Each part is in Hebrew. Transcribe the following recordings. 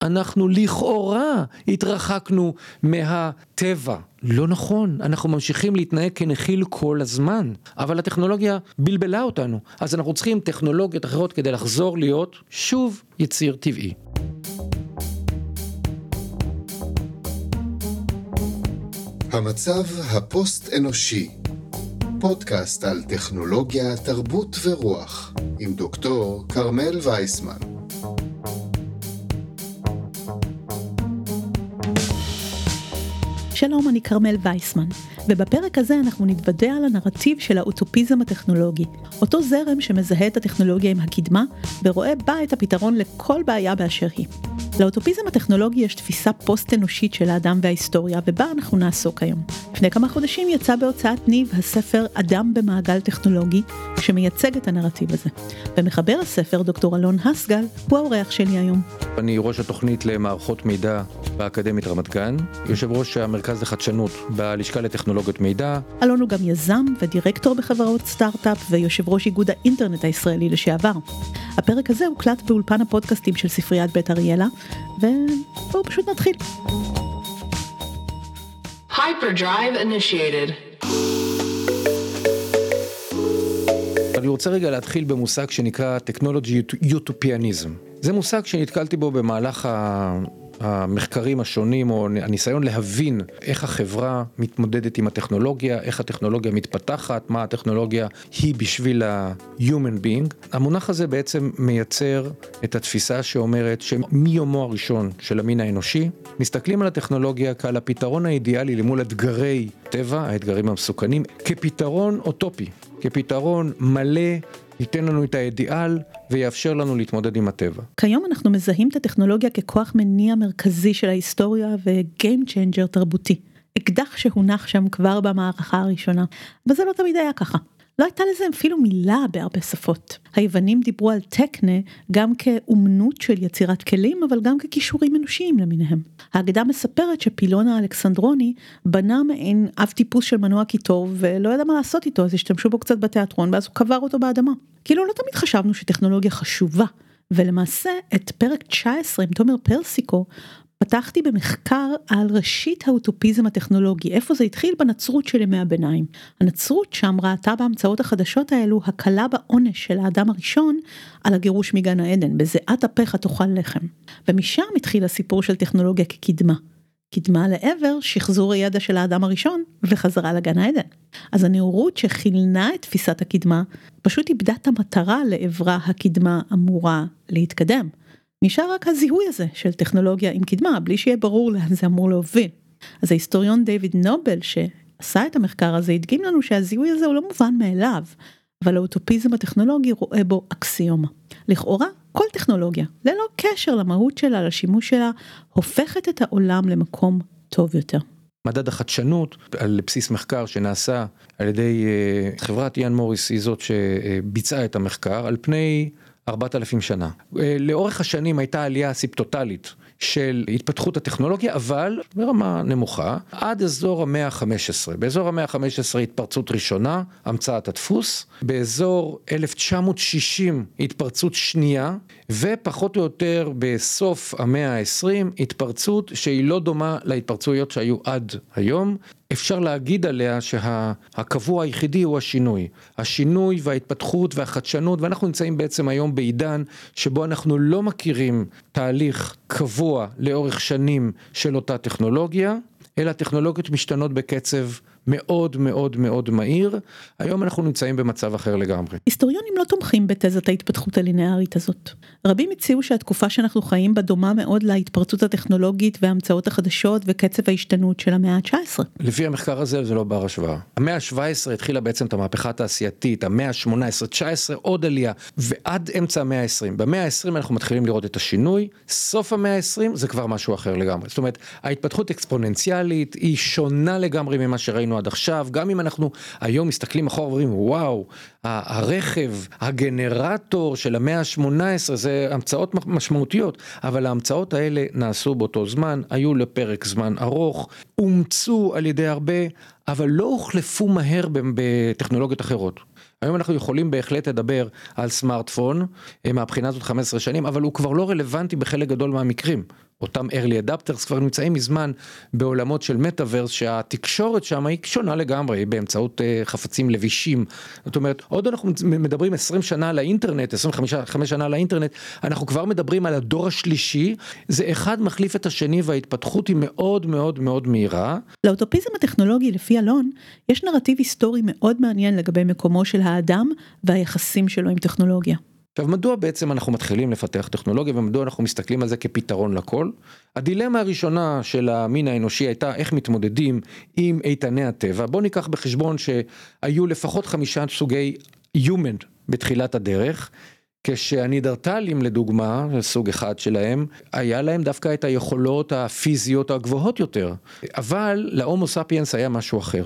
אנחנו לכאורה התרחקנו מהטבע. לא נכון, אנחנו ממשיכים להתנהג כנחיל כל הזמן, אבל הטכנולוגיה בלבלה אותנו, אז אנחנו צריכים טכנולוגיות אחרות כדי לחזור להיות שוב יציר טבעי. המצב הפוסט-אנושי, פודקאסט על טכנולוגיה, תרבות ורוח, עם דוקטור קרמל וייסמן. שלום, אני קרמל וייסמן, ובפרק הזה אנחנו נתוודע על הנרטיב של האוטופיזם הטכנולוגי, אותו זרם שמזהה את הטכנולוגיה עם הקדמה, ורואה בה את הפתרון לכל בעיה באשר היא. לאוטופיזם הטכנולוגי יש תפיסה פוסט-אנושית של האדם וההיסטוריה, ובה אנחנו נעסוק היום. לפני כמה חודשים יצא בהוצאת ניב הספר אדם במעגל טכנולוגי, שמייצג את הנרטיב הזה. ומחבר הספר, דוקטור אלון הסגל, הוא האורח שלי היום. אני ראש התוכנית למערכות מידע באקדמית רמת גן, יושב ראש המרכז לחדשנות בלשכה לטכנולוגיות מידע. אלון הוא גם יזם ודירקטור בחברות סטארט-אפ ויושב ראש איגוד האינטרנט הישראלי לשעבר. הפרק הזה הוקלט באולפן הפודקאסטים של ספריית בית אריאלה, ובואו פשוט נתחיל. Hyperdrive initiated. אני רוצה רגע להתחיל במושג שנקרא Technology Utopianism. זה מושג שנתקלתי בו במהלך המחקרים השונים, או הניסיון להבין איך החברה מתמודדת עם הטכנולוגיה, איך הטכנולוגיה מתפתחת, מה הטכנולוגיה היא בשביל ה-human being. המונח הזה בעצם מייצר את התפיסה שאומרת שמיומו הראשון של המין האנושי, מסתכלים על הטכנולוגיה כעל הפתרון האידיאלי למול אתגרי טבע, האתגרים המסוכנים, כפתרון אוטופי, כפתרון מלא, ייתן לנו את האידיאל ויאפשר לנו להתמודד עם הטבע. כיום אנחנו מזהים את הטכנולוגיה ככוח מניע מרכזי של ההיסטוריה ו-game changer תרבותי. אקדח שהונח שם כבר במערכה הראשונה, אבל זה לא תמיד היה ככה. לא הייתה לזה אפילו מילה בהרבה שפות. היוונים דיברו על טכנה גם כאומנות של יצירת כלים, אבל גם ככישורים אנושיים למיניהם. האגדה מספרת שפילון האלכסנדרוני בנה מעין אב טיפוס של מנוע קיטור, ולא ידע מה לעשות איתו, אז השתמשו בו קצת בתיאטרון, ואז הוא קבר אותו באדמה. כאילו לא תמיד חשבנו שטכנולוגיה חשובה, ולמעשה את פרק 19 עם תומר פרסיקו, פתחתי במחקר על ראשית האוטופיזם הטכנולוגי, איפה זה התחיל בנצרות של ימי הביניים. הנצרות שם ראתה בהמצאות החדשות האלו הקלה בעונש של האדם הראשון על הגירוש מגן העדן, בזיעת אפיך תאכל לחם. ומשם התחיל הסיפור של טכנולוגיה כקדמה. קדמה לעבר שחזור הידע של האדם הראשון וחזרה לגן העדן. אז הנאורות שחילנה את תפיסת הקדמה, פשוט איבדה את המטרה לעברה הקדמה אמורה להתקדם. נשאר רק הזיהוי הזה של טכנולוגיה עם קדמה, בלי שיהיה ברור לאן זה אמור להוביל. אז ההיסטוריון דיוויד נובל שעשה את המחקר הזה, הדגים לנו שהזיהוי הזה הוא לא מובן מאליו, אבל האוטופיזם הטכנולוגי רואה בו אקסיומה. לכאורה, כל טכנולוגיה, ללא קשר למהות שלה, לשימוש שלה, הופכת את העולם למקום טוב יותר. מדד החדשנות, על בסיס מחקר שנעשה על ידי חברת איאן מוריס, היא זאת שביצעה את המחקר, על פני 4,000 שנה. לאורך השנים הייתה עלייה אסימפטוטלית של התפתחות הטכנולוגיה, אבל ברמה נמוכה, עד אזור המאה ה-15. באזור המאה ה-15 התפרצות ראשונה, המצאת הדפוס, באזור 1960 התפרצות שנייה, ופחות או יותר בסוף המאה ה-20 התפרצות שהיא לא דומה להתפרצויות שהיו עד היום. אפשר להגיד עליה שהקבוע היחידי הוא השינוי. השינוי וההתפתחות והחדשנות, ואנחנו נמצאים בעצם היום בעידן שבו אנחנו לא מכירים תהליך קבוע לאורך שנים של אותה טכנולוגיה, אלא טכנולוגיות משתנות בקצב מאוד מאוד מאוד מהיר. היום אנחנו נמצאים במצב אחר לגמרי. היסטוריונים לא תומכים בתזת ההתפתחות הלינארית הזאת. רבים הציעו שהתקופה שאנחנו חיים בה דומה מאוד להתפרצות הטכנולוגית וההמצאות החדשות וקצב ההשתנות של המאה ה-19. לפי המחקר הזה זה לא בר השוואה. המאה ה-17 התחילה בעצם את המהפכה התעשייתית, המאה ה-18, 19 עוד עלייה, ועד אמצע המאה ה-20. במאה ה-20 אנחנו מתחילים לראות את השינוי, סוף המאה ה-20 זה כבר משהו אחר לגמרי. זאת אומרת, ההתפתחות אקספוננציאלית היא שונה לגמרי ממה שראינו עד עכשיו, גם אם אנחנו היום מסתכלים אחורה ואומרים, וואו, הרכב, הגנרטור של המאה ה-18, זה המצאות משמעותיות, אבל ההמצאות האלה נעשו באותו זמן, היו לפרק זמן ארוך, אומצו על ידי הרבה, אבל לא הוחלפו מהר בטכנולוגיות אחרות. היום אנחנו יכולים בהחלט לדבר על סמארטפון, מהבחינה הזאת 15 שנים, אבל הוא כבר לא רלוונטי בחלק גדול מהמקרים. אותם early adapters כבר נמצאים מזמן בעולמות של מטאברס, שהתקשורת שם היא שונה לגמרי, באמצעות חפצים לבישים. זאת אומרת, עוד אנחנו מדברים 20 שנה על האינטרנט, 25 שנה על האינטרנט, אנחנו כבר מדברים על הדור השלישי, זה אחד מחליף את השני, וההתפתחות היא מאוד מאוד מאוד מהירה. לאוטופיזם הטכנולוגי לפי אלון, יש נרטיב היסטורי מאוד מעניין לגבי מקומו של האדם והיחסים שלו עם טכנולוגיה. עכשיו, מדוע בעצם אנחנו מתחילים לפתח טכנולוגיה, ומדוע אנחנו מסתכלים על זה כפתרון לכל? הדילמה הראשונה של המין האנושי הייתה איך מתמודדים עם איתני הטבע. בואו ניקח בחשבון שהיו לפחות 5 סוגי human בתחילת הדרך, כשהנידרטלים לדוגמה, סוג אחד שלהם, היה להם דווקא את היכולות הפיזיות הגבוהות יותר. אבל להומו ספיאנס היה משהו אחר.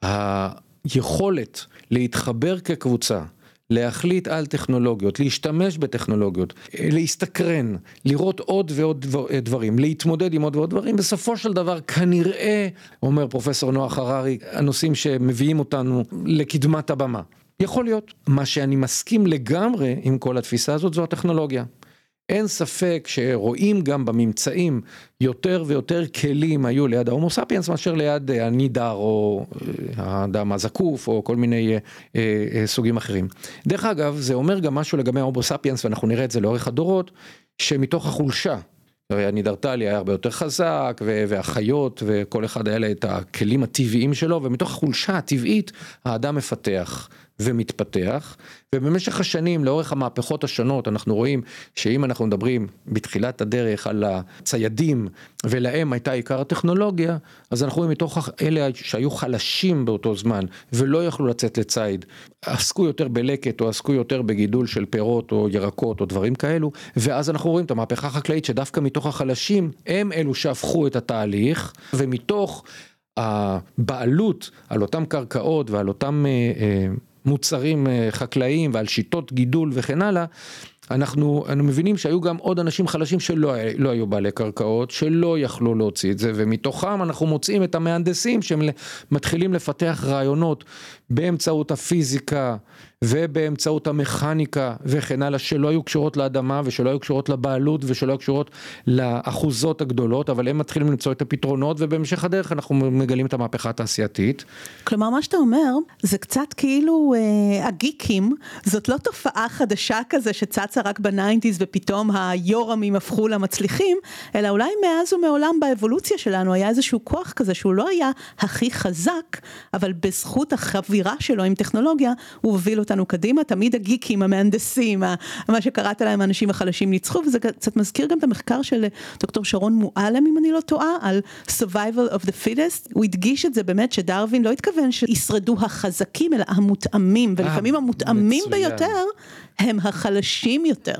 היכולת להתחבר כקבוצה, להחליט על טכנולוגיות, להשתמש בטכנולוגיות, להסתקרן, לראות עוד ועוד דברים, להתמודד עם עוד ועוד דברים, בסופו של דבר כנראה, אומר פרופסור נוח הררי, הנושאים שמביאים אותנו לקדמת הבמה. יכול להיות. מה שאני מסכים לגמרי עם כל התפיסה הזאת זו הטכנולוגיה. אין ספק שרואים גם בממצאים יותר ויותר כלים היו ליד ההומו ספיאנס מאשר ליד הנידר או האדם הזקוף או כל מיני סוגים אחרים. דרך אגב, זה אומר גם משהו לגבי ההומו ספיאנס, ואנחנו נראה את זה לאורך הדורות, שמתוך החולשה, הנידרטלי היה הרבה יותר חזק, והחיות וכל אחד היה לה את הכלים הטבעיים שלו, ומתוך החולשה הטבעית האדם מפתח ומתפתח, ובמשך השנים לאורך המהפכות השונות אנחנו רואים שאם אנחנו מדברים בתחילת הדרך על הציידים ולהם הייתה עיקר הטכנולוגיה, אז אנחנו רואים מתוך אלה שהיו חלשים באותו זמן ולא יכלו לצאת לצייד, עסקו יותר בלקט או עסקו יותר בגידול של פירות או ירקות או דברים כאלו, ואז אנחנו רואים את המהפכה החקלאית שדווקא מתוך החלשים הם אלו שהפכו את התהליך, ומתוך הבעלות על אותם קרקעות ועל אותם מוצרים חקלאיים ועל שיטות גידול וכן הלאה, אנחנו מבינים שהיו גם עוד אנשים חלשים שלא היו בעלי קרקעות, שלא יכלו להוציא את זה, ומתוכם אנחנו מוצאים את המהנדסים שהם מתחילים לפתח רעיונות באמצעות הפיזיקה ובאמצעות המכניקה וכן הלאה, שלא היו קשורות לאדמה ושלא היו קשורות לבעלות ושלא היו קשורות לאחוזות הגדולות, אבל הם מתחילים למצוא את הפתרונות, ובהמשך הדרך אנחנו מגלים את המהפכה התעשייתית. כלומר, מה שאתה אומר, זה קצת כאילו הגיקים, זאת לא תופעה חדשה כזה שצצה רק ב-90s ופתאום היורמים הפכו למצליחים, אלא אולי מאז ומעולם באבולוציה שלנו היה איזשהו כוח כזה שהוא לא היה הכי חזק, אבל בזכות החבירה שלו עם טכנולוגיה, הוא הוביל אותנו קדימה. תמיד הגיקים, המהנדסים, מה שקראת להם, האנשים החלשים ניצחו, וזה קצת מזכיר גם את המחקר של דוקטור שרון מועלם, אם אני לא טועה, על survival of the fittest. הוא הדגיש את זה באמת שדרווין לא התכוון שישרדו החזקים, אלא המותאמים, ולפעמים המותאמים ביותר הם החלשים יותר.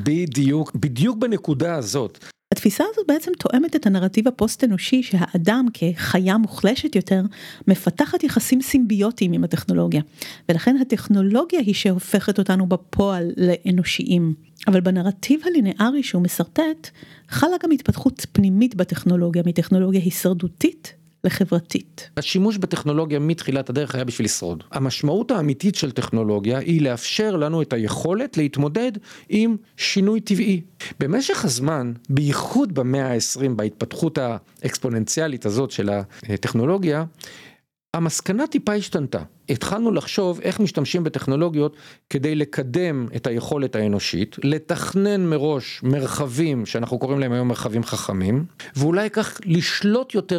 בדיוק בנקודה הזאת. התפיסה הזאת בעצם תואמת את הנרטיב הפוסט-אנושי שהאדם כחיה מוחלשת יותר מפתחת יחסים סימביוטיים עם הטכנולוגיה, ולכן הטכנולוגיה היא שהופכת אותנו בפועל לאנושיים. אבל בנרטיב הלינארי שהוא מסרטט, חלה גם התפתחות פנימית בטכנולוגיה, מטכנולוגיה הישרדותית לחברתית. השימוש בטכנולוגיה מתחילת הדרך היה בשביל לשרוד. המשמעות האמיתית של טכנולוגיה היא לאפשר לנו את היכולת להתמודד עם שינוי טבעי. במשך הזמן, בייחוד במאה ה-20, בהתפתחות האקספוננציאלית הזאת של הטכנולוגיה, המסקנה טיפה השתנתה. התחלנו לחשוב איך משתמשים בטכנולוגיות כדי לקדם את היכולת האנושית, לתכנן מראש מרחבים שאנחנו קוראים להם היום מרחבים חכמים, ואולי כך לשלוט יותר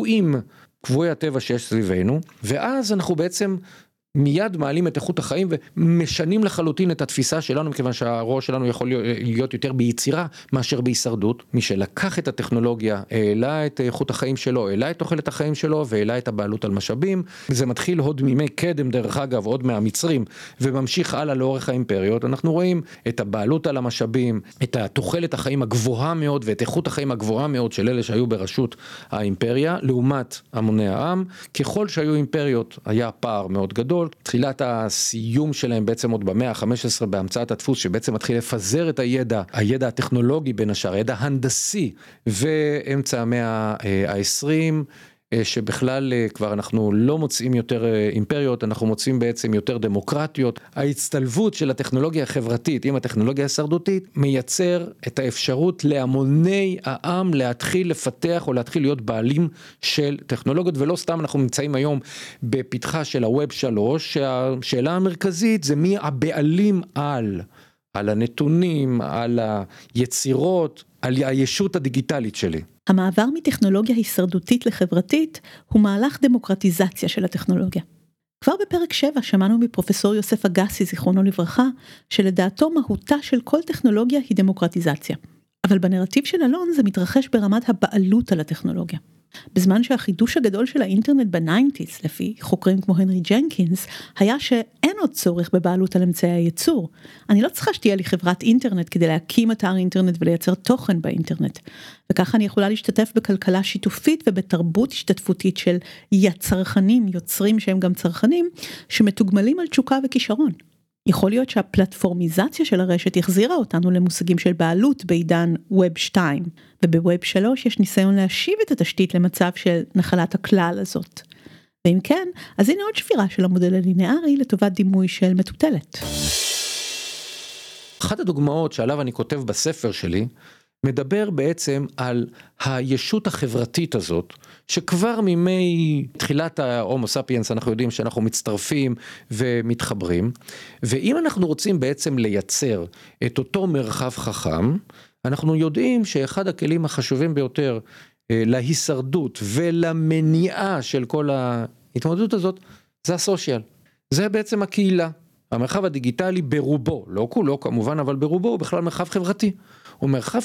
קבועי הטבע שיש סביבנו, ואז אנחנו בעצם מיד מעלים את איכות החיים ומשנים לחלוטין את התפיסה שלנו, מכיוון שהראש שלנו יכול להיות יותר ביצירה מאשר בהישרדות. מי שלקח את הטכנולוגיה, העלה את איכות החיים שלו, העלה את תוחלת החיים שלו, והעלה את הבעלות על משאבים. זה מתחיל עוד מימי קדם, דרך אגב, עוד מהמצרים, וממשיך הלאה לאורך האימפריות. אנחנו רואים את הבעלות על המשאבים, את תוחלת החיים הגבוהה מאוד, ואת איכות החיים הגבוהה מאוד של אלה שהיו בראשות האימפריה, לעומת המוני העם. ככל שהיו אימפריות, היה פער מאוד גדול. תחילת הסיום שלהם בעצם עוד במאה ה-15 בהמצאת הדפוס, שבעצם מתחיל לפזר את הידע הטכנולוגי בין השאר, הידע הנדסי, ואמצע המאה ה-20 שבכלל כבר אנחנו לא מוצאים יותר אימפריות, אנחנו מוצאים בעצם יותר דמוקרטיות. ההצטלבות של הטכנולוגיה החברתית עם הטכנולוגיה ההישרדותית מייצר את האפשרות להמוני העם להתחיל לפתח או להתחיל להיות בעלים של טכנולוגיות, ולא סתם אנחנו נמצאים היום בפתחה של הווב 3, שהשאלה המרכזית זה מי הבעלים על הנתונים, על היצירות, על הישות הדיגיטלית שלי. המעבר מטכנולוגיה הישרדותית לחברתית הוא מהלך דמוקרטיזציה של הטכנולוגיה. כבר בפרק 7 שמענו מפרופסור יוסף אגסי, זיכרונו לברכה, שלדעתו מהותה של כל טכנולוגיה היא דמוקרטיזציה. אבל בנרטיב של אלון זה מתרחש ברמת הבעלות על הטכנולוגיה. בזמן שהחידוש הגדול של האינטרנט ב-90s, לפי חוקרים כמו הנרי ג'נקינס, היה שאין עוד צורך בבעלות על אמצעי הייצור. אני לא צריכה שתהיה לי חברת אינטרנט כדי להקים אתר אינטרנט ולייצר תוכן באינטרנט. וככה אני יכולה להשתתף בכלכלה שיתופית ובתרבות השתתפותית של יצרנים, יוצרים שהם גם צרכנים, שמתוגמלים על תשוקה וכישרון. יכול להיות שהפלטפורמיזציה של הרשת החזירה אותנו למושגים של בעלות בעידן ווב 2, ובווב 3 יש ניסיון להשיב את התשתית למצב של נחלת הכלל הזאת. ואם כן, אז הנה עוד שבירה של המודל הלינארי לטובת דימוי של מטוטלת. אחת הדוגמאות שעליו אני כותב בספר שלי, מדבר בעצם על הישות החברתית הזאת, שכבר מימי תחילת ההומו ספיאנס אנחנו יודעים שאנחנו מצטרפים ומתחברים, ואם אנחנו רוצים בעצם לייצר את אותו מרחב חכם, אנחנו יודעים שאחד הכלים החשובים ביותר להישרדות ולמניעה של כל ההתמודדות הזאת, זה הסושיאל. זה בעצם הקהילה. המרחב הדיגיטלי ברובו, לא כולו כמובן, אבל ברובו הוא בכלל מרחב חברתי. הוא מרחב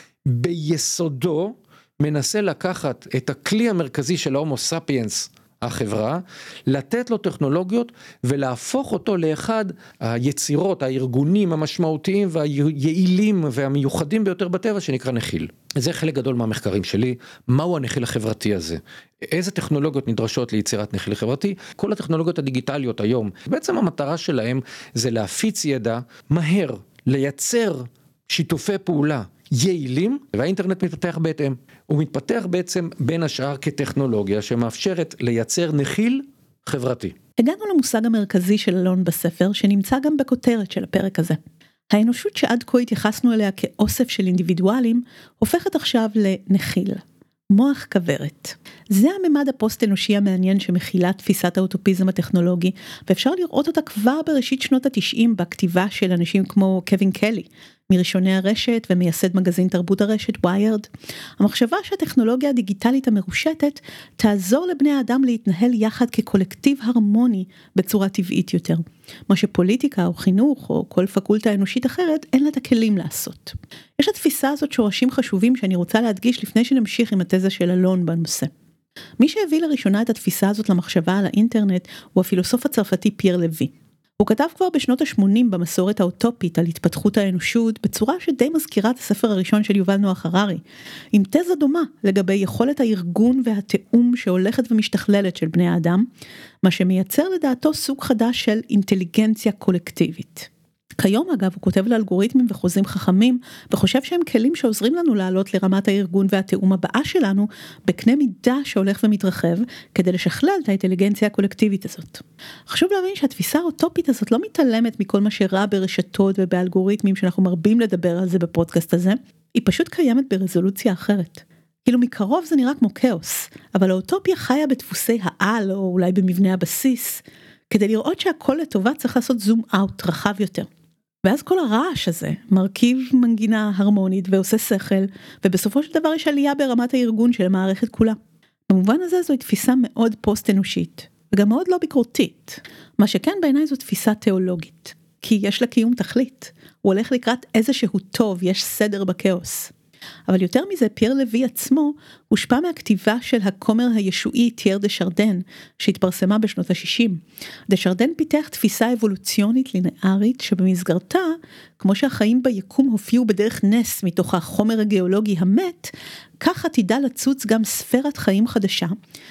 שביסודו מנסה לקחת את הכלי המרכזי של ההומו ספיאנס, החברה, לתת לו טכנולוגיות ולהפוך אותו לאחד היצירות, הארגונים המשמעותיים והיעילים והמיוחדים ביותר בטבע שנקרא נחיל. זה חלק גדול מהמחקרים שלי, מהו הנחיל החברתי הזה? איזה טכנולוגיות נדרשות ליצירת נחיל חברתי? כל הטכנולוגיות הדיגיטליות היום, בעצם המטרה שלהם זה להפיץ ידע מהר, לייצר שיתופי פעולה יעילים, והאינטרנט מתפתח בהתאם. הוא מתפתח בעצם בין השאר כטכנולוגיה שמאפשרת לייצר נחיל חברתי. הגענו למושג המרכזי של אלון בספר, שנמצא גם בכותרת של הפרק הזה. האנושות שעד כה התייחסנו אליה כאוסף של אינדיבידואלים, הופכת עכשיו לנחיל. מוח כברת. זה הממד הפוסט-אנושי המעניין שמכילה תפיסת האוטופיזם הטכנולוגי, ואפשר לראות אותה כבר בראשית שנות ה-90 בכתיבה של אנשים כמו קווין קלי, מראשוני הרשת ומייסד מגזין תרבות הרשת ויירד. המחשבה שהטכנולוגיה הדיגיטלית המרושתת תעזור לבני האדם להתנהל יחד כקולקטיב הרמוני בצורה טבעית יותר. מה שפוליטיקה או חינוך או כל פקולטה אנושית אחרת אין לה את הכלים לעשות. יש לתפיסה הזאת שורשים חשובים שאני רוצה להדגיש לפני שנמשיך עם התזה של אלון בנושא. מי שהביא לראשונה את התפיסה הזאת למחשבה על האינטרנט הוא הפילוסוף הצרפתי פייר לוי. הוא כתב כבר בשנות ה-80 במסורת האוטופית על התפתחות האנושות בצורה שדי מזכירה את הספר הראשון של יובל נוח הררי, עם תזה דומה לגבי יכולת הארגון והתאום שהולכת ומשתכללת של בני האדם, מה שמייצר לדעתו סוג חדש של אינטליגנציה קולקטיבית. כיום אגב הוא כותב לאלגוריתמים וחוזים חכמים, וחושב שהם כלים שעוזרים לנו לעלות לרמת הארגון והתאום הבאה שלנו, בקנה מידה שהולך ומתרחב, כדי לשכלל את האינטליגנציה הקולקטיבית הזאת. חשוב להבין שהתפיסה האוטופית הזאת לא מתעלמת מכל מה שרע ברשתות ובאלגוריתמים שאנחנו מרבים לדבר על זה בפודקאסט הזה, היא פשוט קיימת ברזולוציה אחרת. כאילו מקרוב זה נראה כמו כאוס, אבל האוטופיה חיה בדפוסי העל או אולי במבנה הבסיס, כדי לראות שהכל לטובה צריך לעשות זום אאוט רחב יותר. ואז כל הרעש הזה מרכיב מנגינה הרמונית ועושה שכל, ובסופו של דבר יש עלייה ברמת הארגון של המערכת כולה. במובן הזה זו תפיסה מאוד פוסט-אנושית, וגם מאוד לא ביקורתית. מה שכן בעיניי זו תפיסה תיאולוגית, כי יש לה קיום תכלית. הוא הולך לקראת איזשהו טוב, יש סדר בקאוס. אבל יותר מזה, פייר לוי עצמו הושפע מהכתיבה של הכומר הישועי טייר דה שרדן, שהתפרסמה בשנות ה-60. דה שרדן פיתח תפיסה אבולוציונית לינארית, שבמסגרתה, כמו שהחיים ביקום הופיעו בדרך נס מתוך החומר הגיאולוגי המת, כך עתידה לצוץ גם ספרת חיים חדשה,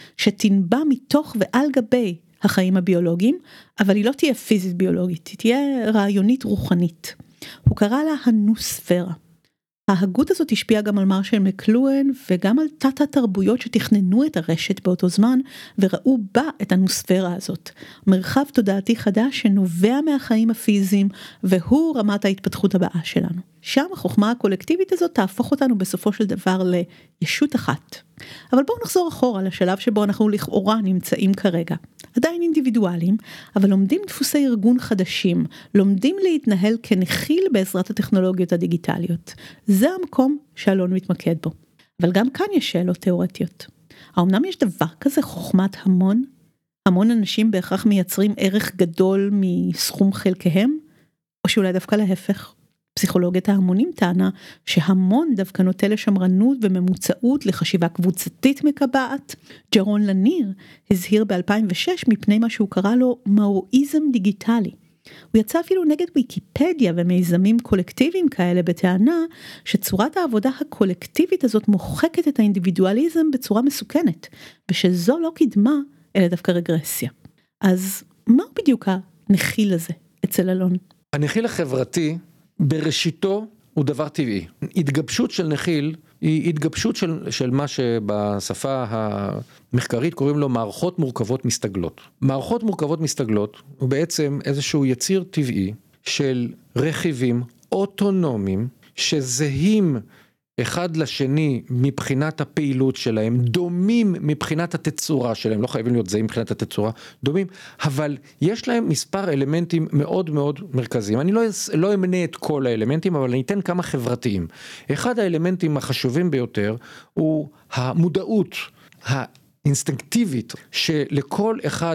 שתנבע מתוך ועל גבי החיים הביולוגיים, אבל היא לא תהיה פיזית ביולוגית, היא תהיה רעיונית רוחנית. הוא קרא לה הנוספירה. ההגות הזאת השפיעה גם על מרשל מקלואן וגם על תת התרבויות שתכננו את הרשת באותו זמן וראו בה את הנוספירה הזאת. מרחב תודעתי חדש שנובע מהחיים הפיזיים והוא רמת ההתפתחות הבאה שלנו. שם החוכמה הקולקטיבית הזאת תהפוך אותנו בסופו של דבר לישות אחת. אבל בואו נחזור אחורה לשלב שבו אנחנו לכאורה נמצאים כרגע. עדיין אינדיבידואלים, אבל לומדים דפוסי ארגון חדשים, לומדים להתנהל כנחיל בעזרת הטכנולוגיות הדיגיטליות. זה המקום שאלון מתמקד בו. אבל גם כאן יש שאלות תיאורטיות. האמנם יש דבר כזה חוכמת המון? המון אנשים בהכרח מייצרים ערך גדול מסכום חלקיהם? או שאולי דווקא להפך? פסיכולוגיית ההמונים טענה שהמון דווקא נוטה לשמרנות וממוצעות לחשיבה קבוצתית מקבעת. ג'רון לניר הזהיר ב-2006 מפני מה שהוא קרא לו מאואיזם דיגיטלי. הוא יצא אפילו נגד ויקיפדיה ומיזמים קולקטיביים כאלה בטענה שצורת העבודה הקולקטיבית הזאת מוחקת את האינדיבידואליזם בצורה מסוכנת, ושזו לא קדמה אלא דווקא רגרסיה. אז מה בדיוק הנחיל הזה אצל אלון? הנחיל החברתי בראשיתו הוא דבר טבעי. התגבשות של נחיל היא התגבשות של מה שבשפה המחקרית קוראים לו מערכות מורכבות מסתגלות. מערכות מורכבות מסתגלות הוא בעצם איזשהו יציר טבעי של רכיבים אוטונומיים שזהים אחד לשני מבחינת הפעילות שלהם, דומים מבחינת התצורה שלהם, לא חייבים להיות זהים מבחינת התצורה, דומים, אבל יש להם מספר אלמנטים מאוד מאוד מרכזיים. אני לא אמנה את כל האלמנטים, אבל אני אתן כמה חברתיים. אחד האלמנטים החשובים ביותר הוא המודעות האינסטינקטיבית שלכל אחד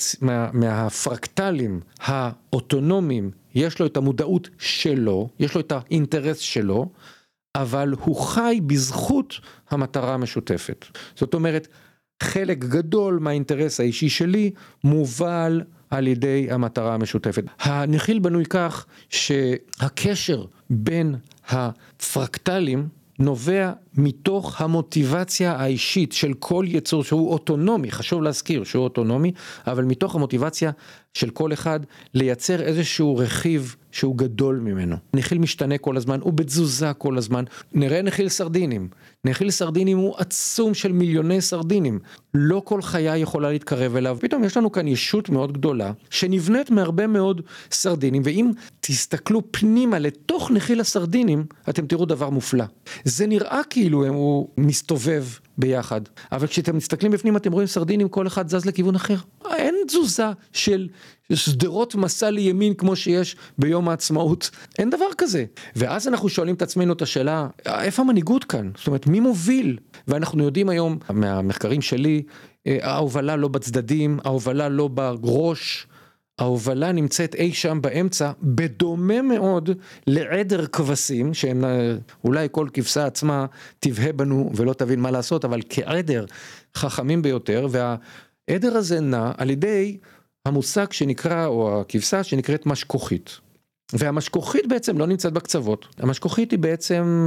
מהפרקטלים האוטונומיים יש לו את המודעות שלו, יש לו את האינטרס שלו, אבל הוא חי בזכות המטרה המשותפת. זאת אומרת, חלק גדול מהאינטרס האישי שלי מובל על ידי המטרה המשותפת. הנחיל בנוי כך שהקשר בין הפרקטלים נובע מתוך המוטיבציה האישית של כל יצור שהוא אוטונומי, חשוב להזכיר שהוא אוטונומי, אבל מתוך המוטיבציה של כל אחד לייצר איזשהו רכיב שהוא גדול ממנו. נחיל משתנה כל הזמן, הוא בתזוזה כל הזמן. נראה נחיל סרדינים. נחיל סרדינים הוא עצום של מיליוני סרדינים. לא כל חיה יכולה להתקרב אליו. פתאום יש לנו כאן ישות מאוד גדולה, שנבנית מהרבה מאוד סרדינים, ואם תסתכלו פנימה לתוך נחיל הסרדינים, אתם תראו דבר מופלא. זה נראה כאילו הוא מסתובב ביחד, אבל כשאתם מסתכלים בפנים אתם רואים סרדינים, כל אחד זז לכיוון אחר. אין תזוזה של סדרות מסע לימין כמו שיש ביום העצמאות, אין דבר כזה. ואז אנחנו שואלים את עצמנו את השאלה, איפה המנהיגות כאן? זאת אומרת, מי מוביל? ואנחנו יודעים היום, מהמחקרים שלי, ההובלה לא בצדדים, ההובלה לא בראש, ההובלה נמצאת אי שם באמצע, בדומה מאוד לעדר כבשים, שהם אולי כל כבשה עצמה תבהה בנו ולא תבין מה לעשות, אבל כעדר חכמים ביותר, והעדר הזה נע על ידי המושג שנקרא, או הכבשה שנקראת משכוכית. והמשכוכית בעצם לא נמצאת בקצוות, המשכוכית היא בעצם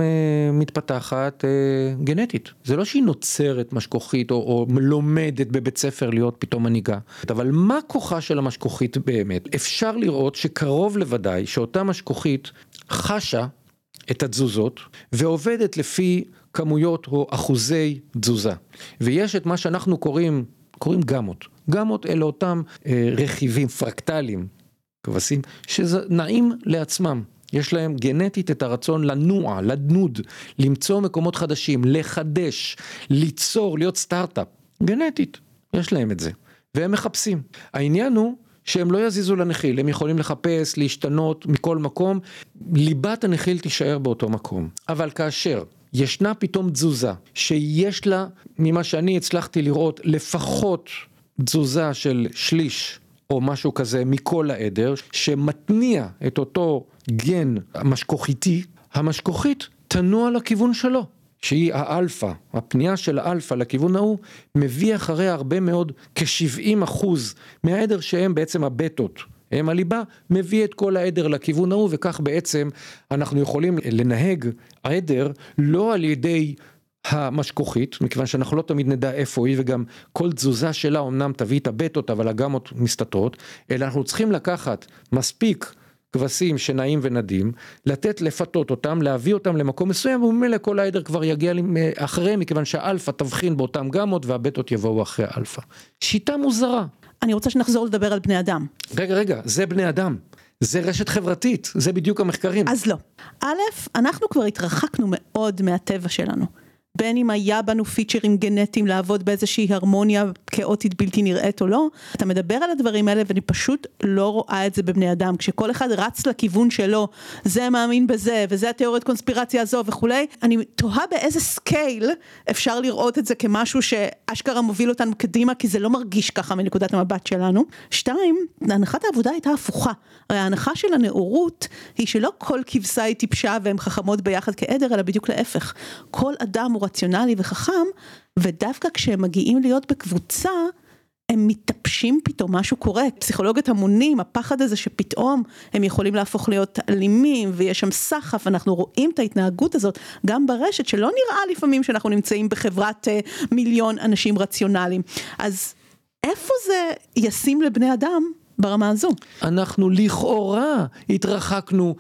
מתפתחת גנטית. זה לא שהיא נוצרת משכוכית או לומדת בבית ספר להיות פתאום מנהיגה. אבל מה כוחה של המשכוכית באמת? אפשר לראות שקרוב לוודאי שאותה משכוכית חשה את התזוזות ועובדת לפי כמויות או אחוזי תזוזה. ויש את מה שאנחנו קוראים גמות. גמות אלה אותם רכיבים פרקטליים, כבשים, שנעים לעצמם. יש להם גנטית את הרצון לנוע, לדנוד, למצוא מקומות חדשים, לחדש, ליצור, להיות סטארט-אפ. גנטית, יש להם את זה. והם מחפשים. העניין הוא שהם לא יזיזו לנחיל, הם יכולים לחפש, להשתנות מכל מקום, ליבת הנחיל תישאר באותו מקום. אבל כאשר ישנה פתאום תזוזה, שיש לה, ממה שאני הצלחתי לראות, לפחות תזוזה של שליש, או משהו כזה מכל העדר, שמתניע את אותו גן משכוכיתי, המשכוכית תנוע לכיוון שלו, שהיא האלפא, הפנייה של האלפא לכיוון ההוא, מביא אחרי הרבה מאוד, כ-70% מהעדר שהם בעצם הבטות, הם הליבה, מביא את כל העדר לכיוון ההוא, וכך בעצם אנחנו יכולים לנהג העדר לא על ידי המשכוכית, מכיוון שאנחנו לא תמיד נדע איפה היא, וגם כל תזוזה שלה אמנם תביא את הבטות, אבל הגמות מסתתרות, אלא אנחנו צריכים לקחת מספיק כבשים שנעים ונדים, לפתות אותם, להביא אותם למקום מסוים, וממילא כל העדר כבר יגיע אחריהם, מכיוון שהאלפא תבחין באותם גמות, והבטות יבואו אחרי האלפא. שיטה מוזרה. אני רוצה שנחזור לדבר על בני אדם. רגע, זה בני אדם. זה רשת חברתית, זה בדיוק המחקרים. אז לא. א', אנחנו כבר התרחקנו מאוד מהטבע שלנו. בין אם היה בנו פיצ'רים גנטיים לעבוד באיזושהי הרמוניה כאוטית בלתי נראית או לא, אתה מדבר על הדברים האלה ואני פשוט לא רואה את זה בבני אדם, כשכל אחד רץ לכיוון שלו, זה מאמין בזה וזה התיאוריית קונספירציה הזו וכולי, אני תוהה באיזה סקייל אפשר לראות את זה כמשהו שאשכרה מוביל אותנו קדימה, כי זה לא מרגיש ככה מנקודת המבט שלנו. 2, הנחת העבודה הייתה הפוכה, הרי ההנחה של הנאורות היא שלא כל כבשה היא טיפשה והן חכמות ביחד כעדר, אלא בדיוק להפך. כל אדם הוא רציונלי וחכם, ודווקא כשהם מגיעים להיות בקבוצה, הם מתאפשים פתאום, משהו קורה. פסיכולוגית המונים, הפחד הזה שפתאום הם יכולים להפוך להיות אלימים, ויש שם סחף, אנחנו רואים את ההתנהגות הזאת, גם ברשת, שלא נראה לפעמים שאנחנו נמצאים בחברת מיליון אנשים רציונליים. אז איפה זה ישים לבני אדם ברמה הזו? אנחנו לכאורה התרחקנו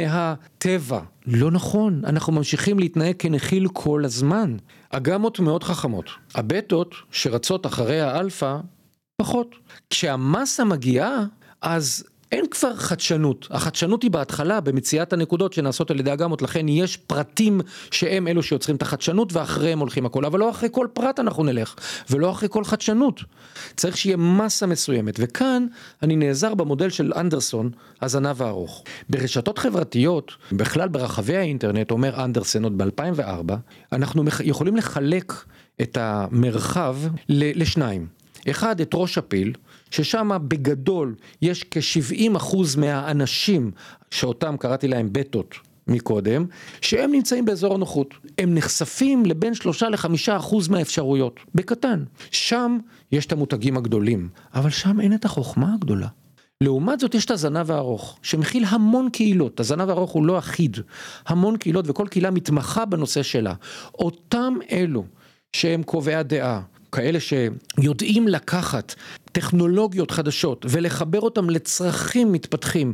מהטבע. לא נכון, אנחנו ממשיכים להתנהג כנחיל כל הזמן. הגמות מאוד חכמות. הבטות שרצות אחרי האלפא פחות. כשהמסה מגיעה, אז אין כבר חדשנות. החדשנות היא בהתחלה במציאת הנקודות שנעשות על ידי הגמות, לכן יש פרטים שהם אלו שיוצרים את החדשנות ואחריהם הולכים הכל, אבל לא אחרי כל פרט אנחנו נלך, ולא אחרי כל חדשנות. צריך שיהיה מסה מסוימת, וכאן אני נעזר במודל של אנדרסון, הזנב הארוך. ברשתות חברתיות, בכלל ברחבי האינטרנט, אומר אנדרסון עוד ב-2004, אנחנו יכולים לחלק את המרחב לשניים. אחד, את ראש הפיל, ששם בגדול יש כ-70% מהאנשים, שאותם קראתי להם בטות מקודם, שהם נמצאים באזור הנוחות. הם נחשפים לבין 3-5% מהאפשרויות, בקטן. שם יש את המותגים הגדולים, אבל שם אין את החוכמה הגדולה. לעומת זאת יש את הזנב הארוך, שמכיל המון קהילות. הזנב הארוך הוא לא אחיד, המון קהילות, וכל קהילה מתמחה בנושא שלה. אותם אלו שהם קובעי הדעה, כאלה שיודעים לקחת טכנולוגיות חדשות ולחבר אותם לצרכים מתפתחים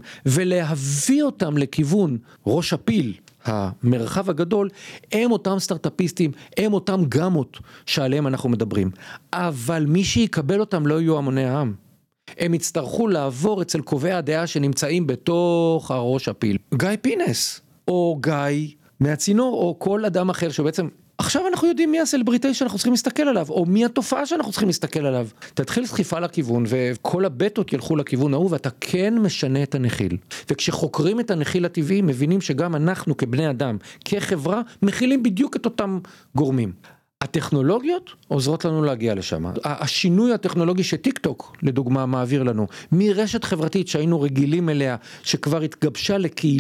ולהביא אותם לכיוון ראש הפיל, המרחב הגדול, הם אותם סטארט-אפיסטים, הם אותם גמות שעליהם אנחנו מדברים. אבל מי שיקבל אותם לא יהיו המוני העם. הם יצטרכו לעבור אצל קובעי הדעה שנמצאים בתוך הראש הפיל. גיא פינס, או גיא מהצינור, או כל אדם אחר שבעצם עכשיו אנחנו יודעים מי הסלבריטאי שאנחנו צריכים להסתכל עליו, או מי התופעה שאנחנו צריכים להסתכל עליו. תתחיל סחיפה לכיוון, וכל הבטות ילכו לכיוון ההוא, ואתה כן משנה את הנחיל. וכשחוקרים את הנחיל הטבעי, מבינים שגם אנחנו כבני אדם, כחברה, מכילים בדיוק את אותם גורמים. הטכנולוגיות עוזרות לנו להגיע לשם. השינוי הטכנולוגי שטיק טוק, לדוגמה, מעביר לנו, מרשת חברתית שהיינו רגילים אליה, שכבר התגבשה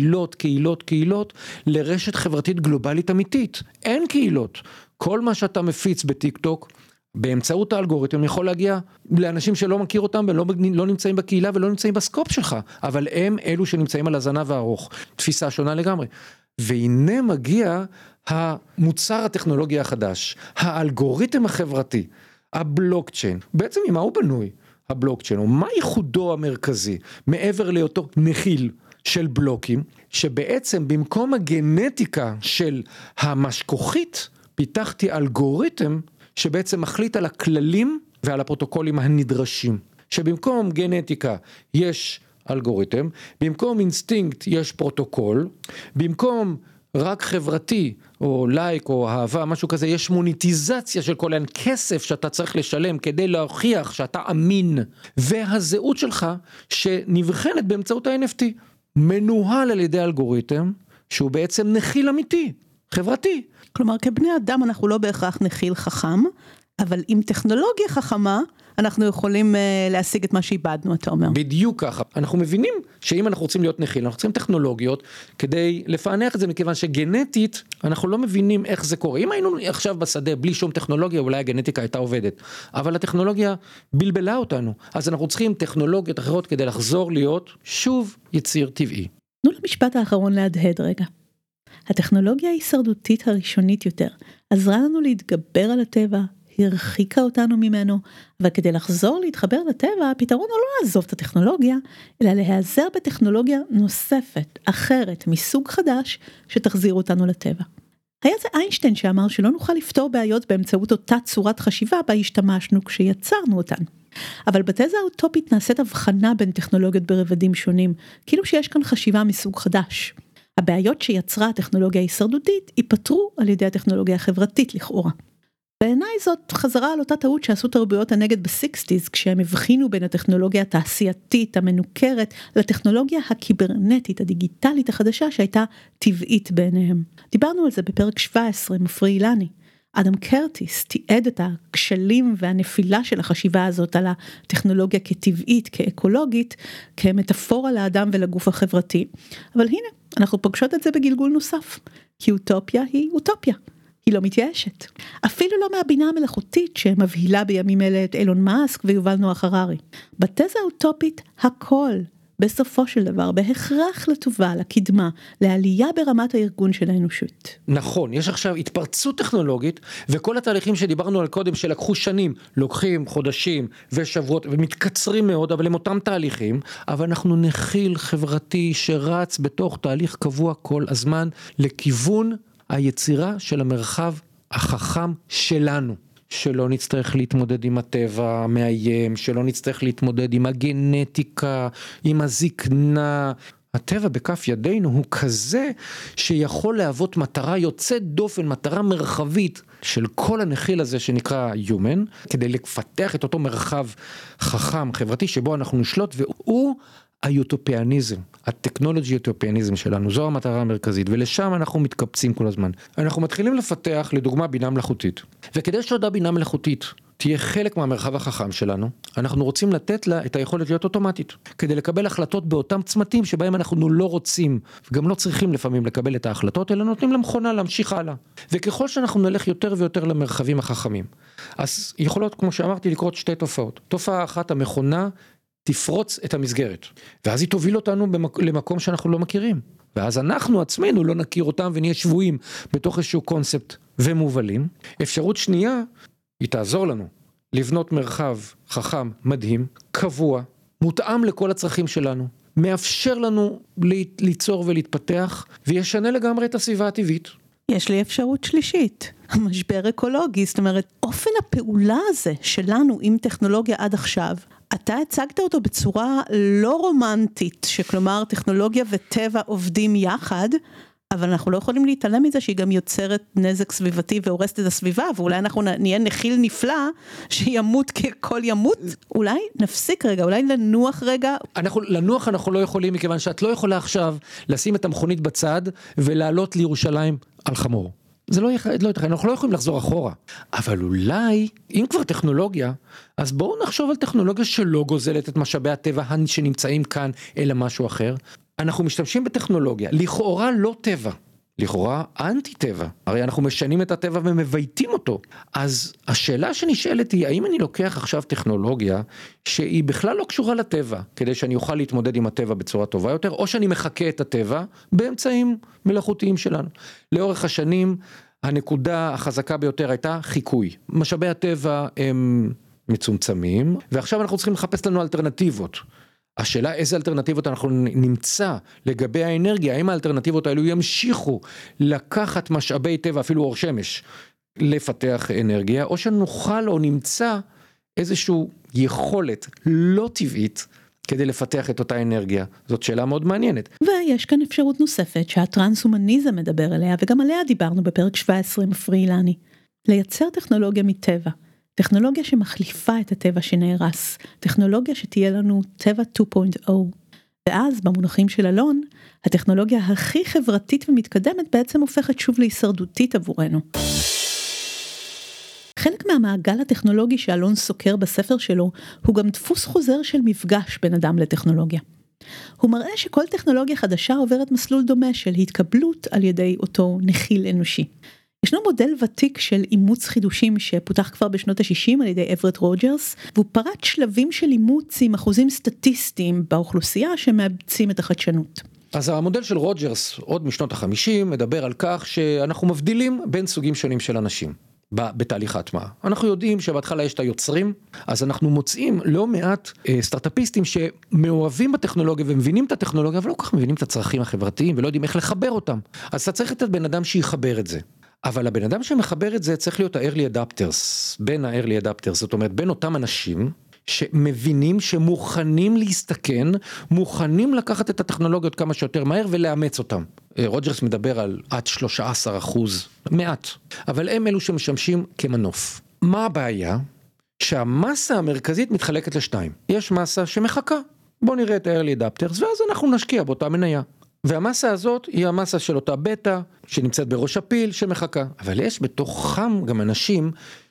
לקהילות, לרשת חברתית גלובלית אמיתית. אין קהילות. כל מה שאתה מפיץ בטיק טוק, באמצעות האלגוריתם יכול להגיע לאנשים שלא מכיר אותם ולא נמצאים בקהילה ולא נמצאים בסקופ שלך, אבל הם אלו שנמצאים על הזנב הארוך. תפיסה שונה לגמרי. והנה מגיע המוצר הטכנולוגי החדש, האלגוריתם החברתי, הבלוקצ'יין. בעצם ממה הוא בנוי הבלוקצ'יין, או מה ייחודו המרכזי, מעבר לאותו נחיל של בלוקים, שבעצם במקום הגנטיקה של המשכוכית, פיתחתי אלגוריתם שבעצם מחליט על הכללים ועל הפרוטוקולים הנדרשים. שבמקום גנטיקה יש אלגוריתם, במקום אינסטינקט יש פרוטוקול, במקום רק חברתי או לייק או אהבה, משהו כזה, יש מוניטיזציה של כל כסף שאתה צריך לשלם כדי להוכיח שאתה אמין, והזהות שלך שנבחנת באמצעות ה-NFT, מנוהל על ידי אלגוריתם שהוא בעצם נחיל אמיתי, חברתי. כלומר, כבני אדם אנחנו לא בהכרח נחיל חכם, אבל עם טכנולוגיה חכמה, אנחנו יכולים להשיג את מה שאיבדנו, אתה אומר. בדיוק ככה. אנחנו מבינים שאם אנחנו רוצים להיות נחיל, אנחנו צריכים טכנולוגיות כדי לפענח את זה, מכיוון שגנטית אנחנו לא מבינים איך זה קורה. אם היינו עכשיו בשדה בלי שום טכנולוגיה, אולי הגנטיקה הייתה עובדת. אבל הטכנולוגיה בלבלה אותנו. אז אנחנו צריכים טכנולוגיות אחרות כדי לחזור להיות שוב יציר טבעי. תנו למשפט האחרון להדהד רגע. הטכנולוגיה ההישרדותית הראשונית יותר עזרה לנו להתגבר על הטבע, הרחיקה אותנו ממנו, אבל כדי לחזור להתחבר לטבע, הפתרון הוא לא לעזוב את הטכנולוגיה, אלא להיעזר בטכנולוגיה נוספת, אחרת, מסוג חדש, שתחזיר אותנו לטבע. היה זה איינשטיין שאמר שלא נוכל לפתור בעיות באמצעות אותה צורת חשיבה בה השתמשנו כשיצרנו אותן. אבל בתזה האוטופית נעשית הבחנה בין טכנולוגיות ברבדים שונים, כאילו שיש כאן חשיבה מסוג חדש. הבעיות שיצרה הטכנולוגיה ההישרדותית ייפתרו על ידי הטכנולוגיה החברתית לכאורה. בעיניי זאת חזרה על אותה טעות שעשו תרבויות הנגד ב-60s, כשהם הבחינו בין הטכנולוגיה התעשייתית המנוכרת לטכנולוגיה הקיברנטית הדיגיטלית החדשה שהייתה טבעית בעיניהם. דיברנו על זה בפרק 17 מפרי אילני. אדם קרטיס תיעד את הכשלים והנפילה של החשיבה הזאת על הטכנולוגיה כטבעית, כאקולוגית, כמטאפורה לאדם ולגוף החברתי. אבל הנה, אנחנו פוגשות את זה בגלגול נוסף, כי אוטופיה היא אוטופיה. היא לא מתייאשת. אפילו לא מהבינה המלאכותית שמבהילה בימים אלה את אילון מאסק ויובל נוח הררי. בתזה האוטופית הכל, בסופו של דבר, בהכרח לטובה, לקדמה, לעלייה ברמת הארגון של האנושות. נכון, יש עכשיו התפרצות טכנולוגית, וכל התהליכים שדיברנו על קודם, שלקחו שנים, לוקחים חודשים ושבועות, ומתקצרים מאוד, אבל הם אותם תהליכים, אבל אנחנו נחיל חברתי שרץ בתוך תהליך קבוע כל הזמן, לכיוון היצירה של המרחב החכם שלנו. שלא נצטרך להתמודד עם הטבע המאיים, שלא נצטרך להתמודד עם הגנטיקה, עם הזקנה. הטבע בכף ידינו הוא כזה שיכול להוות מטרה יוצאת דופן, מטרה מרחבית של כל הנחיל הזה שנקרא human, כדי לפתח את אותו מרחב חכם, חברתי, שבו אנחנו נשלוט, והוא היוטופיאניזם, הטכנולוגי יוטופיאניזם שלנו, זו המטרה המרכזית, ולשם אנחנו מתקבצים כל הזמן. אנחנו מתחילים לפתח, לדוגמה, בינה מלאכותית. וכדי שאותה בינה מלאכותית תהיה חלק מהמרחב החכם שלנו, אנחנו רוצים לתת לה את היכולת להיות אוטומטית, כדי לקבל החלטות באותם צמתים שבהם אנחנו לא רוצים, וגם לא צריכים לפעמים לקבל את ההחלטות, אלא נותנים למכונה להמשיך הלאה. וככל שאנחנו נלך יותר ויותר למרחבים החכמים, אז יכולות, כמו שאמרתי, לקרות שתי תופעות. תופעה אחת, המכונה תפרוץ את המסגרת, ואז היא תוביל אותנו למקום שאנחנו לא מכירים, ואז אנחנו עצמנו לא נכיר אותם ונהיה שבויים בתוך איזשהו קונספט ומובלים. אפשרות שנייה, היא תעזור לנו לבנות מרחב חכם, מדהים, קבוע, מותאם לכל הצרכים שלנו, מאפשר לנו ליצור ולהתפתח, וישנה לגמרי את הסביבה הטבעית. יש לי אפשרות שלישית, המשבר אקולוגי, זאת אומרת, אופן הפעולה הזה שלנו עם טכנולוגיה עד עכשיו, אתה הצגת אותו בצורה לא רומנטית, שכלומר טכנולוגיה וטבע עובדים יחד, אבל אנחנו לא יכולים להתעלם מזה שהיא גם יוצרת נזק סביבתי והורסת את הסביבה, ואולי אנחנו נהיה נחיל נפלא שימות ככל ימות. אולי נפסיק רגע, אולי לנוח רגע. לנוח אנחנו לא יכולים, מכיוון שאת לא יכולה עכשיו לשים את המכונית בצד ולעלות לירושלים על חמור. זה לא ייתכן, אנחנו לא יכולים לחזור אחורה. אבל אולי, אם כבר טכנולוגיה, אז בואו נחשוב על טכנולוגיה שלא גוזלת את משאבי הטבע שנמצאים כאן, אלא משהו אחר. אנחנו משתמשים בטכנולוגיה, לכאורה לא טבע, לכאורה אנטי טבע. הרי אנחנו משנים את הטבע ומבייתים אותו. אז השאלה שנשאלת היא, האם אני לוקח עכשיו טכנולוגיה שהיא בכלל לא קשורה לטבע, כדי שאני אוכל להתמודד עם הטבע בצורה טובה יותר, או שאני מחכה את הטבע באמצעים מלאכותיים שלנו. לאורך השנים, הנקודה החזקה ביותר הייתה חיקוי. משאבי הטבע הם מצומצמים, ועכשיו אנחנו צריכים לחפש לנו אלטרנטיבות. השאלה איזה אלטרנטיבות אנחנו נמצא לגבי האנרגיה, האם האלטרנטיבות האלו ימשיכו לקחת משאבי טבע, אפילו אור שמש, לפתח אנרגיה, או שנוכל או נמצא איזושהי יכולת לא טבעית כדי לפתח את אותה אנרגיה. זאת שאלה מאוד מעניינת. ויש כאן אפשרות נוספת שהטרנס-הומניזם מדבר עליה, וגם עליה דיברנו בפרק 17 מפרי אילני. לייצר טכנולוגיה מטבע. טכנולוגיה שמחליפה את הטבע שנהרס, טכנולוגיה שתהיה לנו טבע 2.0. ואז במונחים של אלון, הטכנולוגיה הכי חברתית ומתקדמת בעצם הופכת שוב להישרדותית עבורנו. חלק מהמעגל הטכנולוגי שאלון סוקר בספר שלו, הוא גם דפוס חוזר של מפגש בין אדם לטכנולוגיה. הוא מראה שכל טכנולוגיה חדשה עוברת מסלול דומה של התקבלות על ידי אותו נחיל אנושי. ישנו מודל ותיק של אימוץ חידושים שפותח כבר בשנות ה-60 על ידי אברט רוג'רס, והוא פרט שלבים של אימוץ עם אחוזים סטטיסטיים באוכלוסייה שמאמצים את החדשנות. אז המודל של רוג'רס, עוד משנות ה-50, מדבר על כך שאנחנו מבדילים בין סוגים שונים של אנשים. בתהליך ההטמעה. אנחנו יודעים שבהתחלה יש את היוצרים, אז אנחנו מוצאים לא מעט סטארט-אפיסטים שמאוהבים בטכנולוגיה ומבינים את הטכנולוגיה, אבל לא כל כך מבינים את הצרכים החברתיים ולא יודעים איך לחבר אותם. אז אתה צריך את בן אדם שיחבר את זה. אבל הבן אדם שמחבר את זה צריך להיות ה-early adapters, בין ה-early adapters, זאת אומרת בין אותם אנשים שמבינים שמוכנים להסתכן, מוכנים לקחת את הטכנולוגיות כמה שיותר מהר ולאמץ אותם. רוג'רס מדבר על עד 13%, מעט, אבל הם אלו שמשמשים כמנוף. מה הבעיה? שהמסה המרכזית מתחלקת לשתיים. יש מסה שמחכה, בוא נראה את ה-early adapters, ואז אנחנו נשקיע באותה מניה. והמסה הזאת היא המסה של אותה בטא, שנמצאת בראש הפיל, שמחכה. אבל יש בתוכם גם אנשים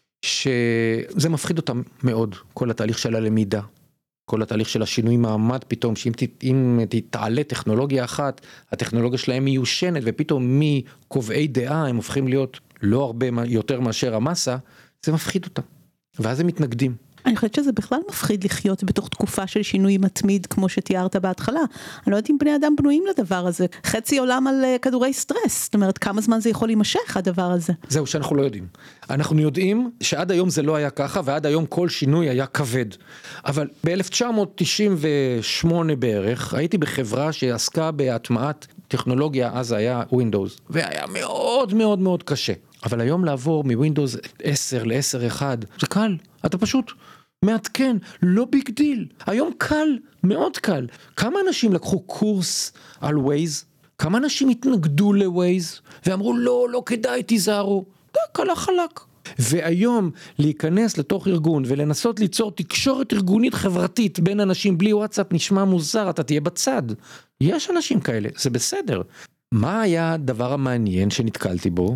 שזה מפחיד אותם מאוד, כל התהליך של הלמידה, כל התהליך של השינוי מעמד פתאום, שאם תעלה טכנולוגיה אחת, הטכנולוגיה שלהם מיושנת, ופתאום מקובעי דעה הם הופכים להיות לא הרבה יותר מאשר המסה, זה מפחיד אותם. ואז הם מתנגדים. אני חושבת שזה בכלל מפחיד לחיות בתוך תקופה של שינוי מתמיד, כמו שתיארת בהתחלה. אני לא יודעת אם בני אדם בנויים לדבר הזה. חצי עולם על כדורי סטרס. זאת אומרת, כמה זמן זה יכול להימשך, הדבר הזה? זהו, שאנחנו לא יודעים. אנחנו יודעים שעד היום זה לא היה ככה, ועד היום כל שינוי היה כבד. אבל ב-1998 בערך, הייתי בחברה שעסקה בהטמעת טכנולוגיה, אז היה Windows, והיה מאוד מאוד מאוד קשה. אבל היום לעבור מווינדוס 10 ל-10.1, זה קל. אתה פשוט מעדכן, לא ביג דיל. היום קל, מאוד קל. כמה אנשים לקחו קורס על ווייז? כמה אנשים התנגדו לווייז? ואמרו, לא כדאי, תיזהרו. קלה חלק. והיום להיכנס לתוך ארגון ולנסות ליצור תקשורת ארגונית חברתית בין אנשים בלי וואטסאפ נשמע מוזר, אתה תהיה בצד. יש אנשים כאלה, זה בסדר. מה היה הדבר המעניין שנתקלתי בו?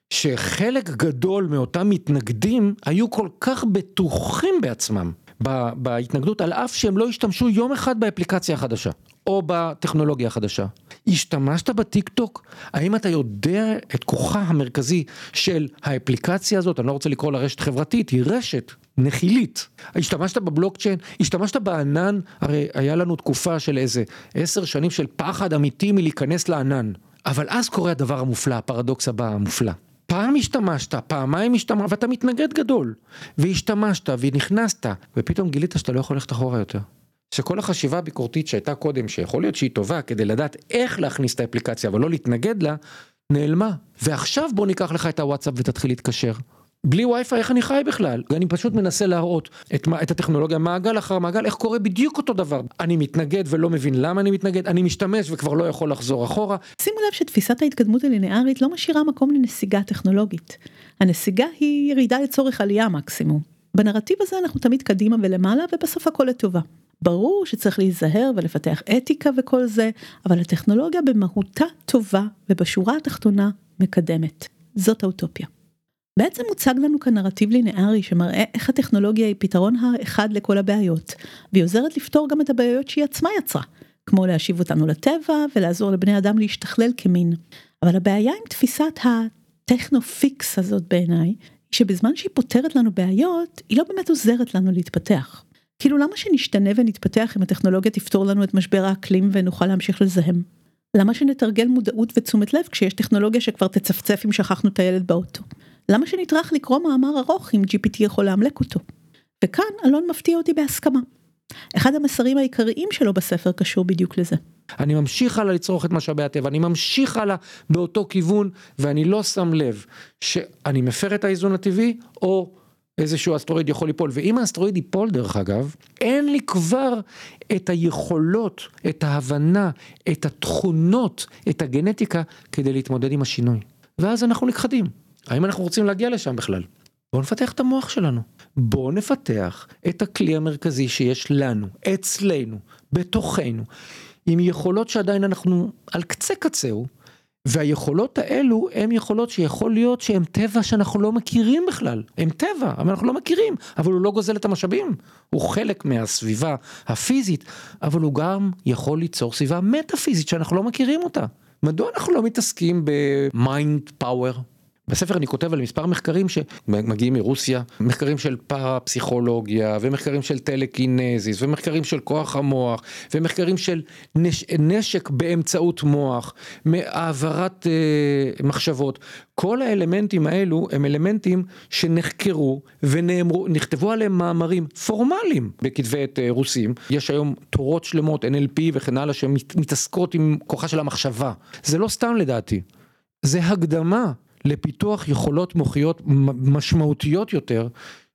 שחלק גדול מאותם מתנגדים היו כל כך בטוחים בעצמם בהתנגדות, על אף שהם לא השתמשו יום אחד באפליקציה החדשה או בטכנולוגיה החדשה. השתמשת בטיק טוק? האם אתה יודע את כוחה המרכזי של האפליקציה הזאת? אני לא רוצה לקרוא לה רשת חברתית, היא רשת נחילית. השתמשת בבלוקצ'יין? השתמשת בענן? הרי היה לנו תקופה של איזה 10 שנים של פחד אמיתי מלהיכנס לענן. אבל אז קורה הדבר המופלא, הפרדוקס הבא המופלא. פעם השתמשת, פעמיים השתמשת, ואתה מתנגד גדול, והשתמשת, ונכנסת, ופתאום גילית שאתה לא יכול ללכת אחורה יותר. שכל החשיבה הביקורתית שהייתה קודם, שיכול להיות שהיא טובה, כדי לדעת איך להכניס את האפליקציה, אבל לא להתנגד לה, נעלמה. ועכשיו בוא ניקח לך את הוואטסאפ ותתחיל להתקשר. בלי וי-פיי, איך אני חי בכלל? ואני פשוט מנסה להראות את הטכנולוגיה, מעגל אחר מעגל, איך קורה בדיוק אותו דבר. אני מתנגד ולא מבין למה אני מתנגד, אני משתמש וכבר לא יכול לחזור אחורה. שימו לב שתפיסת ההתקדמות הלינארית לא משאירה מקום לנסיגה טכנולוגית. הנסיגה היא ירידה לצורך עלייה מקסימום. בנרטיב הזה אנחנו תמיד קדימה ולמעלה, ובסוף הכל לטובה. ברור שצריך להיזהר ולפתח אתיקה וכל זה, אבל הטכנולוגיה במהותה טובה, ובשורה התחתונה מקדמת. זאת האוטופיה. בעצם מוצג לנו כאן נרטיב לינארי שמראה איך הטכנולוגיה היא פתרון האחד לכל הבעיות, והיא עוזרת לפתור גם את הבעיות שהיא עצמה יצרה, כמו להשיב אותנו לטבע ולעזור לבני אדם להשתכלל כמין. אבל הבעיה עם תפיסת הטכנופיקס הזאת בעיניי, היא שבזמן שהיא פותרת לנו בעיות, היא לא באמת עוזרת לנו להתפתח. כאילו למה שנשתנה ונתפתח אם הטכנולוגיה תפתור לנו את משבר האקלים ונוכל להמשיך לזהם? למה שנתרגל מודעות ותשומת לב כשיש טכנולוגיה שכבר תצפצף אם שכחנו את הילד באוטו? למה שנטרח לקרוא מאמר ארוך אם GPT יכול להמלק אותו? וכאן אלון מפתיע אותי בהסכמה. אחד המסרים העיקריים שלו בספר קשור בדיוק לזה. אני ממשיך הלאה לצרוך את משאבי הטבע, אני ממשיך הלאה באותו כיוון, ואני לא שם לב שאני מפר את האיזון הטבעי, או איזשהו אסטרואיד יכול ליפול, ואם האסטרואיד ייפול דרך אגב, אין לי כבר את היכולות, את ההבנה, את התכונות, את הגנטיקה, כדי להתמודד עם השינוי. ואז אנחנו נכחדים. האם אנחנו רוצים להגיע לשם בכלל? בואו נפתח את המוח שלנו. בואו נפתח את הכלי המרכזי שיש לנו, אצלנו, בתוכנו, עם יכולות שעדיין אנחנו על קצה קצהו, והיכולות האלו הן יכולות שיכול להיות שהן טבע שאנחנו לא מכירים בכלל. הן טבע, אבל אנחנו לא מכירים, אבל הוא לא גוזל את המשאבים. הוא חלק מהסביבה הפיזית, אבל הוא גם יכול ליצור סביבה מטאפיזית שאנחנו לא מכירים אותה. מדוע אנחנו לא מתעסקים במיינד פאוור? בספר אני כותב על מספר מחקרים שמגיעים מרוסיה, מחקרים של פרפסיכולוגיה, ומחקרים של טלקינזיס, ומחקרים של כוח המוח, ומחקרים של נשק באמצעות מוח, העברת מחשבות. כל האלמנטים האלו הם אלמנטים שנחקרו ונאמרו, נכתבו עליהם מאמרים פורמליים בכתבי עת רוסים. יש היום תורות שלמות, NLP וכן הלאה, שמתעסקות עם כוחה של המחשבה. זה לא סתם לדעתי, זה הקדמה לפיתוח יכולות מוחיות משמעותיות יותר,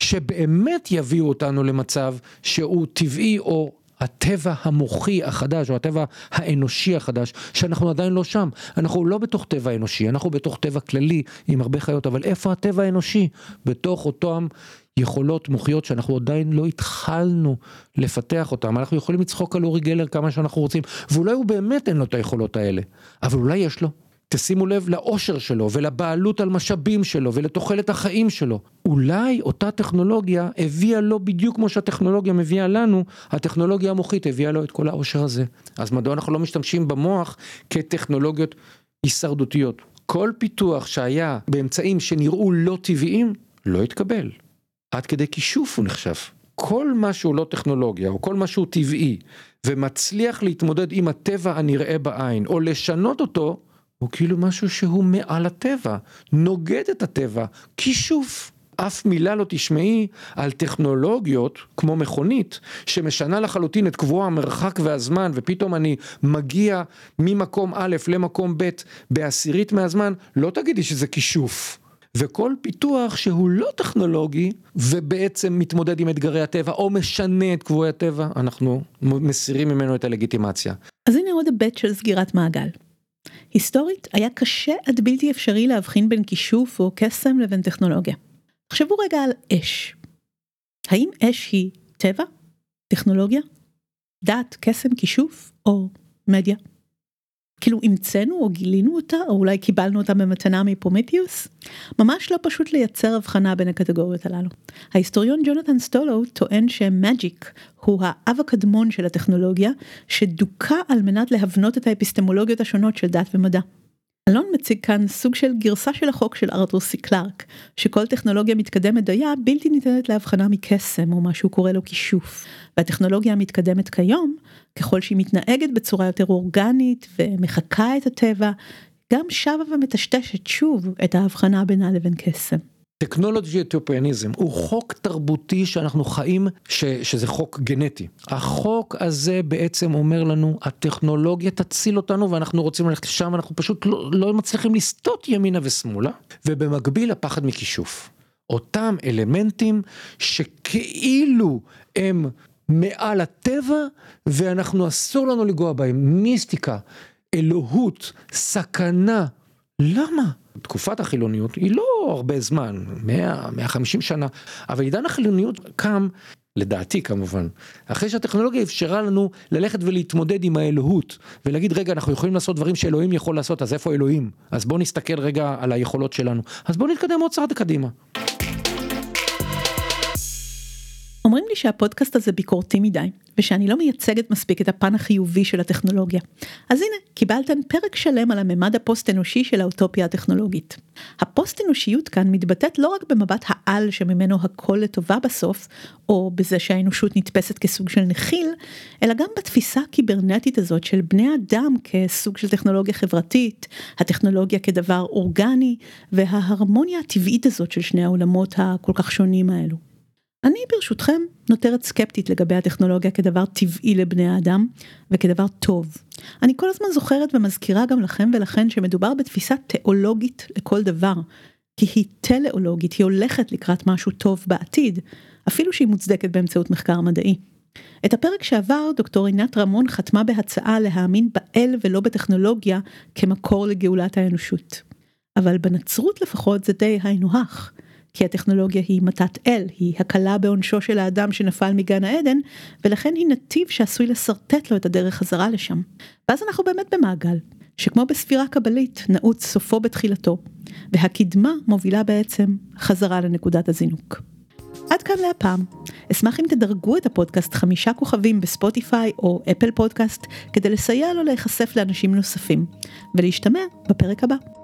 שבאמת יביאו אותנו למצב שהוא טבעי, או הטבע המוחי החדש, או הטבע האנושי החדש, שאנחנו עדיין לא שם. אנחנו לא בתוך טבע אנושי, אנחנו בתוך טבע כללי עם הרבה חיות, אבל איפה הטבע האנושי? בתוך אותם יכולות מוחיות שאנחנו עדיין לא התחלנו לפתח אותם. אנחנו יכולים לצחוק על אורי גלר כמה שאנחנו רוצים, ואולי הוא באמת אין לו את היכולות האלה, אבל אולי יש לו. תשימו לב לאושר שלו ולבעלות על משאבים שלו ולתוחלת החיים שלו. אולי אותה טכנולוגיה הביאה לו בדיוק כמו שהטכנולוגיה מביאה לנו, הטכנולוגיה המוחית הביאה לו את כל האושר הזה. אז מדוע אנחנו לא משתמשים במוח כטכנולוגיות הישרדותיות? כל פיתוח שהיה באמצעים שנראו לא טבעיים, לא התקבל. עד כדי כישוף הוא נחשב. כל משהו לא טכנולוגיה, או כל משהו טבעי, ומצליח להתמודד עם הטבע הנראה בעין, או לשנות אותו, הוא כאילו משהו שהוא מעל הטבע, נוגד את הטבע, כישוף. אף מילה לא תשמעי על טכנולוגיות כמו מכונית, שמשנה לחלוטין את קבוע המרחק והזמן, ופתאום אני מגיע ממקום א' למקום ב' בעשירית מהזמן, לא תגידי שזה כישוף. וכל פיתוח שהוא לא טכנולוגי, ובעצם מתמודד עם אתגרי הטבע, או משנה את קבועי הטבע, אנחנו מסירים ממנו את הלגיטימציה. אז הנה עוד היבט של סגירת מעגל. היסטורית היה קשה עד בלתי אפשרי להבחין בין כישוף או קסם לבין טכנולוגיה. תחשבו רגע על אש. האם אש היא טבע, טכנולוגיה, דת, קסם, כישוף או מדיה? כאילו המצאנו או גילינו אותה, או אולי קיבלנו אותה במתנה מפרומתיוס? ממש לא פשוט לייצר הבחנה בין הקטגוריות הללו. ההיסטוריון ג'ונתן סטולו טוען שמאג'יק הוא האב הקדמון של הטכנולוגיה, שדוקה על מנת להבנות את האפיסטמולוגיות השונות של דת ומדע. אלון מציג כאן סוג של גרסה של החוק של ארתור סי קלארק, שכל טכנולוגיה מתקדמת דייה בלתי ניתנת להבחנה מקסם או מה שהוא קורא לו כישוף. והטכנולוגיה המתקדמת כיום, ככל שהיא מתנהגת בצורה יותר אורגנית ומחקה את הטבע, גם שווה ומטשטשת שוב את ההבחנה בינה לבין קסם. טכנולוגי אוטופיאניזם הוא חוק תרבותי שאנחנו חיים, שזה חוק גנטי. החוק הזה בעצם אומר לנו, הטכנולוגיה תציל אותנו ואנחנו רוצים ללכת שם, אנחנו פשוט לא מצליחים לסטות ימינה ושמאלה, ובמקביל הפחד מכישוף. אותם אלמנטים שכאילו הם מעל הטבע, ואנחנו אסור לנו לגוע בהם, מיסטיקה, אלוהות, סכנה. למה? תקופת החילוניות היא לא הרבה זמן, 150 שנה, אבל עידן החילוניות קם, לדעתי כמובן, אחרי שהטכנולוגיה אפשרה לנו ללכת ולהתמודד עם האלוהות, ולהגיד רגע אנחנו יכולים לעשות דברים שאלוהים יכול לעשות, אז איפה אלוהים? אז בוא נסתכל רגע על היכולות שלנו, אז בוא נתקדם עוד צעד קדימה. אומרים לי שהפודקאסט הזה ביקורתי מדי, ושאני לא מייצגת מספיק את הפן החיובי של הטכנולוגיה. אז הנה, קיבלתן פרק שלם על הממד הפוסט-אנושי של האוטופיה הטכנולוגית. הפוסט-אנושיות כאן מתבטאת לא רק במבט העל שממנו הכל לטובה בסוף, או בזה שהאנושות נתפסת כסוג של נחיל, אלא גם בתפיסה הקיברנטית הזאת של בני אדם כסוג של טכנולוגיה חברתית, הטכנולוגיה כדבר אורגני, וההרמוניה הטבעית הזאת של שני העולמות הכל כך שונים האלו. אני ברשותכם נותרת סקפטית לגבי הטכנולוגיה כדבר טבעי לבני האדם וכדבר טוב. אני כל הזמן זוכרת ומזכירה גם לכם ולכן שמדובר בתפיסה תיאולוגית לכל דבר, כי היא טלאולוגית, היא הולכת לקראת משהו טוב בעתיד, אפילו שהיא מוצדקת באמצעות מחקר מדעי. את הפרק שעבר דוקטור עינת רמון חתמה בהצעה להאמין באל ולא בטכנולוגיה כמקור לגאולת האנושות. אבל בנצרות לפחות זה די היינו-הך. כי הטכנולוגיה היא מתת אל, היא הקלה בעונשו של האדם שנפל מגן העדן, ולכן היא נתיב שעשוי לסרטט לו את הדרך חזרה לשם. ואז אנחנו באמת במעגל, שכמו בספירה קבלית נעוץ סופו בתחילתו, והקדמה מובילה בעצם חזרה לנקודת הזינוק. עד כאן להפעם. אשמח אם תדרגו את הפודקאסט 5 כוכבים בספוטיפיי או אפל פודקאסט, כדי לסייע לו להיחשף לאנשים נוספים, ולהשתמע בפרק הבא.